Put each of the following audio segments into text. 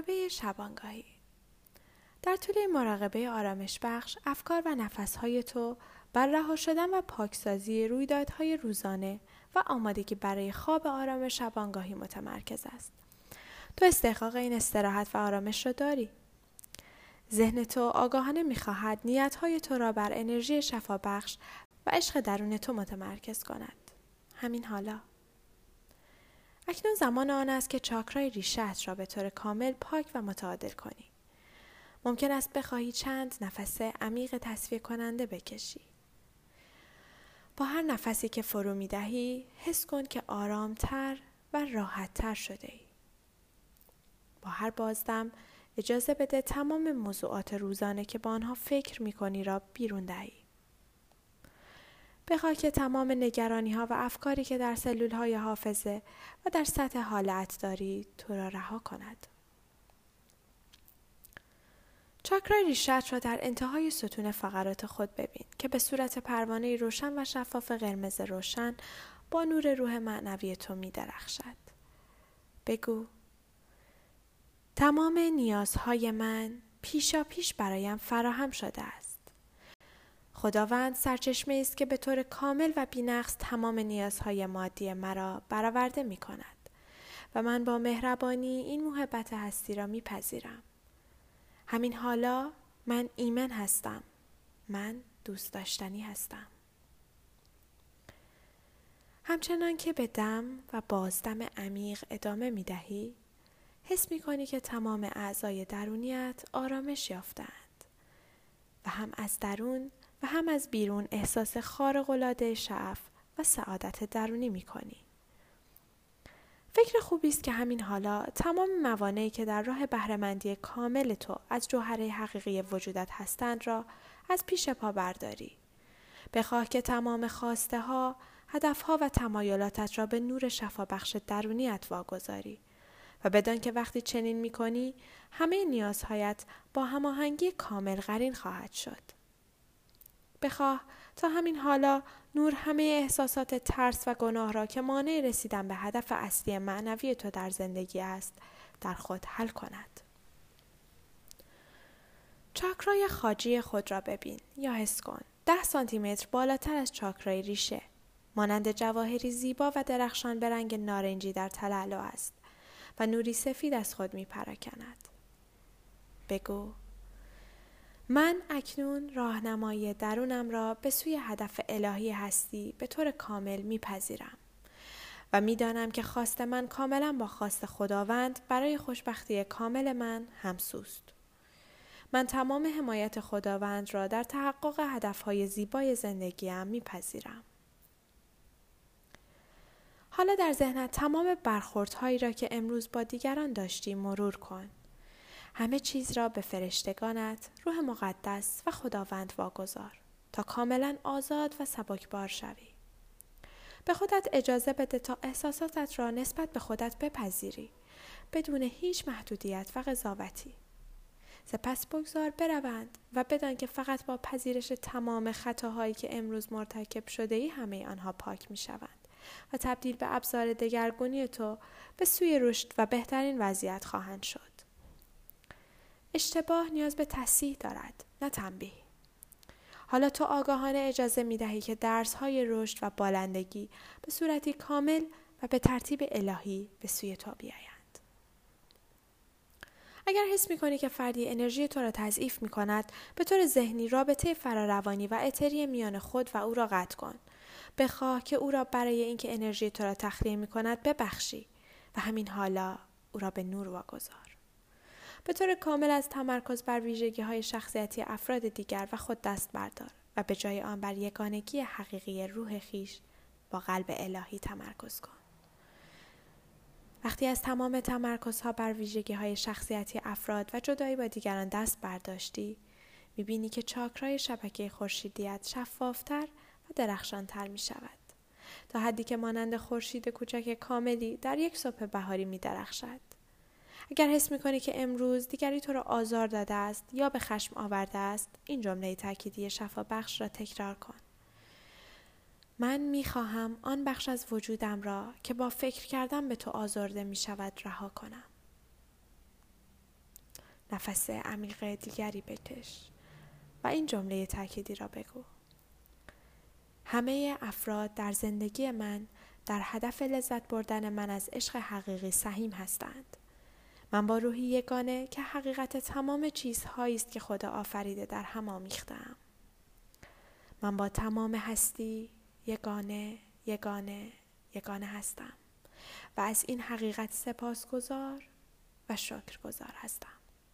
مراقبه شبانگاهی. در طول این مراقبه آرامش بخش، افکار و نفسهای تو بر رها شدن و پاکسازی رویدادهای روزانه و آمادگی برای خواب آرام شبانگاهی متمرکز است. تو استحقاق این استراحت و آرامش را داری. ذهن تو آگاهانه می‌خواهد نیت‌های تو را بر انرژی شفابخش و عشق درون تو متمرکز کند. همین حالا. اکنون زمان آن است که چاکرای ریشه‌ات را به طور کامل پاک و متعادل کنی. ممکن است بخواهی چند نفس عمیق تصفیه کننده بکشی. با هر نفسی که فرو می‌دهی، حس کن که آرامتر و راحتتر شده ای. با هر بازدم اجازه بده تمام موضوعات روزانه که با آنها فکر می‌کنی را بیرون دهی. بخواه که تمام نگرانی‌ها و افکاری که در سلول‌های حافظه و در سطح حالت داری تو را رها کند. چاکرای ریشت را در انتهای ستون فقرات خود ببین که به صورت پروانه روشن و شفاف قرمز روشن با نور روح معنوی تو می درخشد. بگو: تمام نیازهای من پیشا پیش برایم فراهم شده است. خداوند سرچشمه است که به طور کامل و بی‌نقص تمام نیازهای مادی مرا برآورده می کند و من با مهربانی این محبت هستی را می پذیرم. همین حالا من ایمن هستم. من دوست داشتنی هستم. همچنان که به دم و بازدم عمیق ادامه می دهی، حس می کنی که تمام اعضای درونیت آرامش یافتند و هم از درون و هم از بیرون احساس خارق‌العاده شعف و سعادت درونی می کنی. فکر خوبی است که همین حالا تمام موانعی که در راه بهره‌مندی کامل تو از جوهره حقیقی وجودت هستند را از پیش پا برداری. بخواه که تمام خواسته ها، هدف ها و تمایلاتت را به نور شفابخش درونیت واگذاری و بدان که وقتی چنین می کنی همه نیازهایت با هماهنگی کامل قرین خواهد شد. بخواه تا همین حالا نور همه احساسات ترس و گناه را که مانع رسیدن به هدف اصلی معنوی تو در زندگی است در خود حل کند. چاکرای خاجی خود را ببین یا حس کن. 10 سانتی متر بالاتر از چاکرای ریشه، مانند جواهری زیبا و درخشان به رنگ نارنجی در تلالو است و نوری سفید از خود می پراکند. بگو: من اکنون راهنمایی درونم را به سوی هدف الهی هستی به طور کامل میپذیرم و میدانم که خواست من کاملا با خواست خداوند برای خوشبختی کامل من همسوست. من تمام حمایت خداوند را در تحقق هدفهای زیبای زندگیم میپذیرم. حالا در ذهنت تمام برخوردهایی را که امروز با دیگران داشتی مرور کن. همه چیز را به فرشتگانت، روح مقدس و خداوند واگذار تا کاملا آزاد و سبکبار شوی. به خودت اجازه بده تا احساساتت را نسبت به خودت بپذیری بدون هیچ محدودیت و قضاوتی. سپس بگذار بروند و بدان که فقط با پذیرش تمام خطاهایی که امروز مرتکب شده ای همه آنها پاک می شوند و تبدیل به ابزار دگرگونی تو به سوی رشد و بهترین وضعیت خواهند شد. اشتباه نیاز به تصحیح دارد، نه تنبیه. حالا تو آگاهانه اجازه می دهی که درس‌های رشد و بالندگی به صورتی کامل و به ترتیب الهی به سوی تو بیایند. اگر حس می کنی که فردی انرژی تو را تضعیف می کند، به طور ذهنی رابطه فراروانی و اتری میان خود و او را قطع کن. بخواه که او را برای اینکه انرژی تو را تخلیه می کند ببخشی و همین حالا او را به نور واگذار. به طور کامل از تمرکز بر ویژگی‌های شخصیتی افراد دیگر و خود دست بردار و به جای آن بر یگانگی حقیقی روح خویش با قلب الهی تمرکز کن. وقتی از تمام تمرکزها بر ویژگی‌های شخصیتی افراد و جدایی با دیگران دست برداشتی، می‌بینی که چاکرای شبکه خورشیدیت شفافتر و درخشانتر می‌شود، تا حدی که مانند خورشید کوچک کاملی در یک صبح بهاری می‌درخشد. اگر حس می‌کنی که امروز دیگری تو را آزار داده است یا به خشم آورده است، این جمله تأکیدی شفابخش را تکرار کن. من می‌خواهم آن بخش از وجودم را که با فکر کردن به تو آزرده می‌شود رها کنم. نفس عمیق دیگری بکش و این جمله تأکیدی را بگو: همه افراد در زندگی من در هدف لذت بردن من از عشق حقیقی سهیم هستند. من با روحی یگانه که حقیقت تمام چیزهایی است که خدا آفریده در هم آمیخته‌ام. من با تمام هستی یگانه هستم و از این حقیقت سپاسگزار و شکرگزار هستم.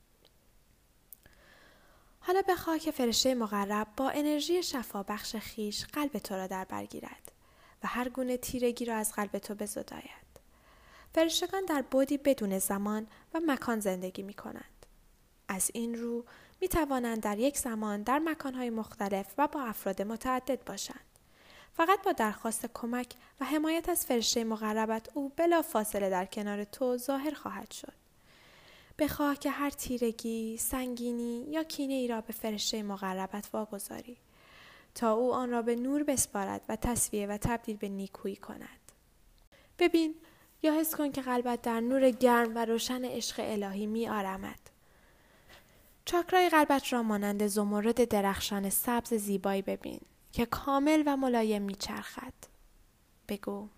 حالا بخواه که فرشته مقرب با انرژی شفابخش خیش قلب تو را در بر گیرد و هر گونه تیرگی را از قلب تو بزداید. فرشتگان در بعدی بدون زمان و مکان زندگی می کنند. از این رو می توانند در یک زمان در مکانهای مختلف و با افراد متعدد باشند. فقط با درخواست کمک و حمایت از فرشته مقربت او بلا فاصله در کنار تو ظاهر خواهد شد. بخواه که هر تیرگی، سنگینی یا کینه ای را به فرشته مقربت واگذاری تا او آن را به نور بسپارد و تسویه و تبدیل به نیکویی کند. ببین یا حس کن که قلبت در نور گرم و روشن عشق الهی می آرامد. چاکرای قلبت را مانند زمرد درخشان سبز زیبایی ببین که کامل و ملایم می چرخد. بگو: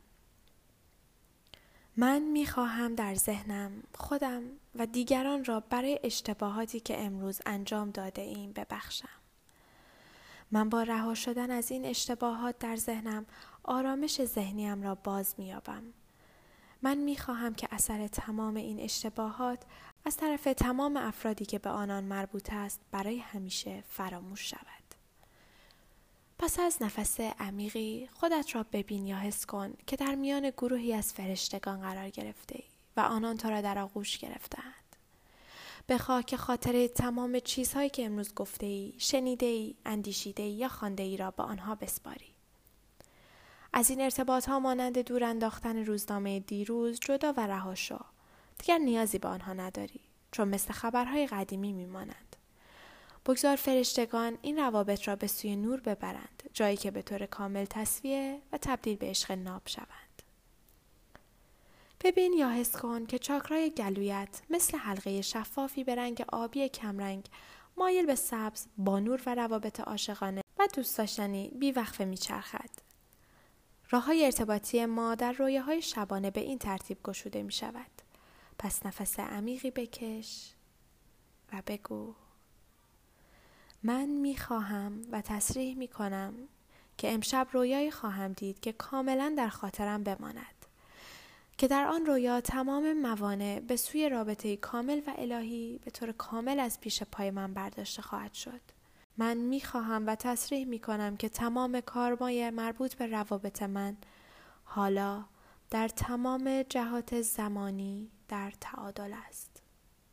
من می خواهم در ذهنم خودم و دیگران را برای اشتباهاتی که امروز انجام داده ایم ببخشم. من با رها شدن از این اشتباهات در ذهنم آرامش ذهنیم را باز می یابم. من می خواهم که اثر تمام این اشتباهات از طرف تمام افرادی که به آنان مربوط است برای همیشه فراموش شود. پس از نفس عمیقی خودت را ببین یا حس کن که در میان گروهی از فرشتگان قرار گرفته ای و آنان تو را در آغوش گرفتند. بخواه که خاطره تمام چیزهایی که امروز گفته ای، شنیده ای، اندیشیده ای یا خوانده ای را به آنها بسپاری. از این ارتباط ها مانند دور انداختن روزنامه دیروز جدا و رها شو. دیگر نیازی به آنها نداری چون مثل خبرهای قدیمی میمانند. بگذار فرشتگان این روابط را به سوی نور ببرند، جایی که به طور کامل تسویه و تبدیل به عشق ناب شوند. ببین یا حس کن که چاکرای گلویت مثل حلقه شفافی به رنگ آبی کمرنگ مایل به سبز با نور و روابط عاشقانه و دوست داشتنی بی‌وقفه میچرخد. راه‌های ارتباطی ما در رویاهای شبانه به این ترتیب گشوده می شود. پس نفس عمیقی بکش و بگو: من می خواهم و تصریح می کنم که امشب رویایی خواهم دید که کاملا در خاطرم بماند. که در آن رویا تمام موانع به سوی رابطه کامل و الهی به طور کامل از پیش پای من برداشته خواهد شد. من می خواهم و تصریح می کنم که تمام کارمای مربوط به روابط من حالا در تمام جهات زمانی در تعادل است.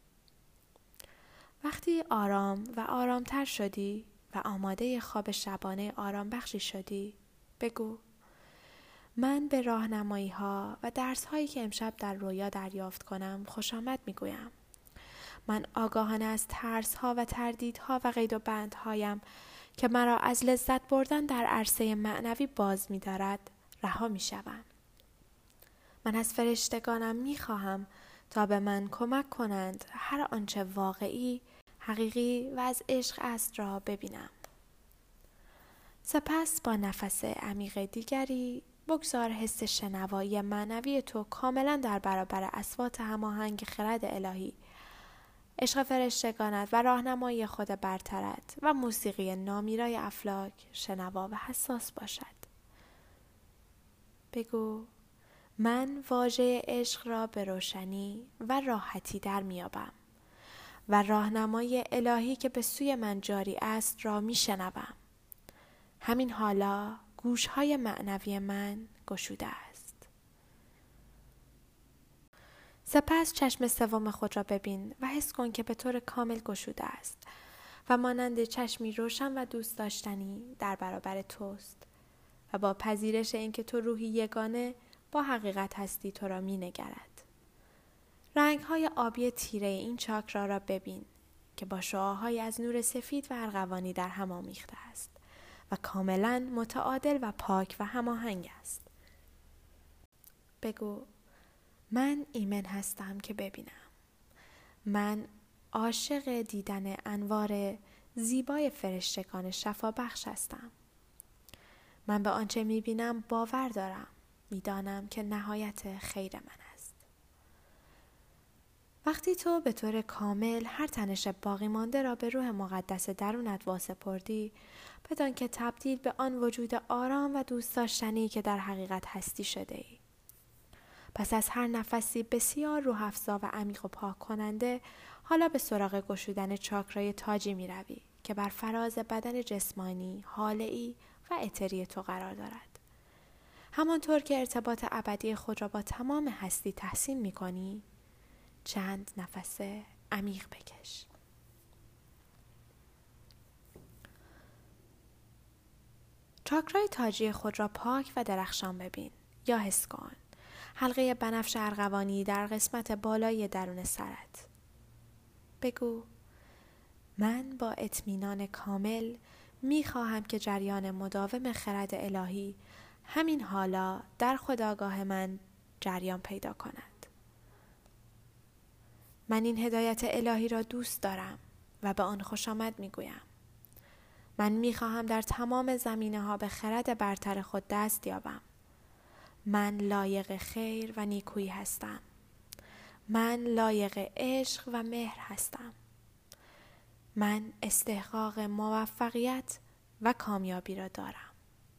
وقتی آرام و آرامتر شدی و آماده خواب شبانه آرام بخشی شدی، بگو: من به راهنمایی ها و درس هایی که امشب در رویا دریافت کنم خوش آمد می گویم. من آگاهانه از ترس ها و تردید ها و قید و بند هایم که مرا از لذت بردن در عرصه معنوی باز می دارد رها می شوم. من از فرشتگانم می خواهم تا به من کمک کنند هر آنچه واقعی، حقیقی و از عشق است را ببینم. سپس با نفس عمیق دیگری بگذار حس شنوایی معنوی تو کاملا در برابر اصوات هماهنگ خرد الهی، عشق فرشتگانت و راهنمایی خود برترت و موسیقی نامیرای افلاک شنوا و حساس باشد. بگو: من واژه عشق را به روشنی و راحتی در میابم و راهنمای الهی که به سوی من جاری است را میشنوم. همین حالا گوشهای معنوی من گشوده است. سپس چشم سوم خود را ببین و حس کن که به طور کامل گشوده است و مانند چشمی روشن و دوست داشتنی در برابر توست و با پذیرش اینکه تو روحی یگانه با حقیقت هستی تو را می نگرد. رنگ‌های آبی تیره این چاکرا را ببین که با شعاع‌های از نور سفید و ارغوانی در هم آمیخته است و کاملا متعادل و پاک و هماهنگ است. بگو: من ایمن هستم که ببینم. من عاشق دیدن انوار زیبای فرشتگان شفابخش هستم. من به آنچه می‌بینم باور دارم. می‌دانم که نهایت خیر من است. وقتی تو به طور کامل هر تنش باقی مانده را به روح مقدس درونت واسپردی، بدان که تبدیل به آن وجود آرام و دوست داشتنی که در حقیقت هستی شده ای. پس از هر نفسی بسیار روح افزا و عمیق و پاک کننده، حالا به سراغ گشودن چاکرای تاجی می روی که بر فراز بدن جسمانی، حاله‌ای و اتری تو قرار دارد. همانطور که ارتباط ابدی خود را با تمام هستی تحسین می کنی، چند نفس عمیق بکش. چاکرای تاجی خود را پاک و درخشان ببین یا حس کن. حلقه بنفش ارغوانی در قسمت بالای درون سرت. بگو من با اطمینان کامل می‌خواهم که جریان مداوم خرد الهی همین حالا در خودآگاه من جریان پیدا کند. من این هدایت الهی را دوست دارم و به آن خوش آمد می‌گویم. من می‌خواهم در تمام زمینه‌ها به خرد برتر خود دست یابم. من لایق خیر و نیکویی هستم. من لایق عشق و مهر هستم. من استحقاق موفقیت و کامیابی را دارم.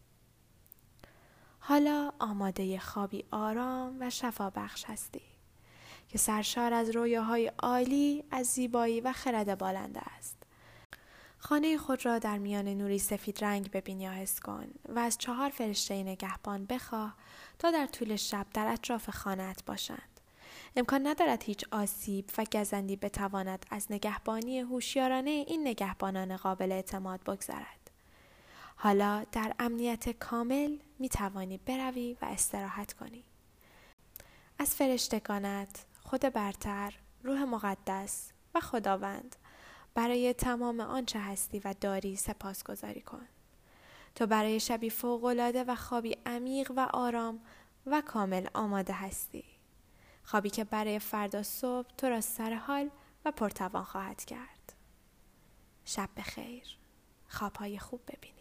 حالا آماده خوابی آرام و شفابخش هستی که سرشار از رویاهای عالی از زیبایی و خرد بالنده است. خانه خود را در میان نوری سفید رنگ ببین یا حس کن و از 4 فرشته نگهبان بخواه تا در طول شب در اطراف خانه‌ات باشند. امکان ندارد هیچ آسیب و گزندی بتواند از نگهبانی هوشیارانه این نگهبانان قابل اعتماد بگذرد. حالا در امنیت کامل می توانی بروی و استراحت کنی. از فرشتگانت، خود برتر، روح مقدس و خداوند برای تمام آنچه هستی و داری سپاسگزاری کن. تو برای شبی فوق‌العاده و خوابی عمیق و آرام و کامل آماده هستی. خوابی که برای فردا صبح تو را سرحال و پرتوان خواهد کرد. شب بخیر. خوابهای خوب ببین.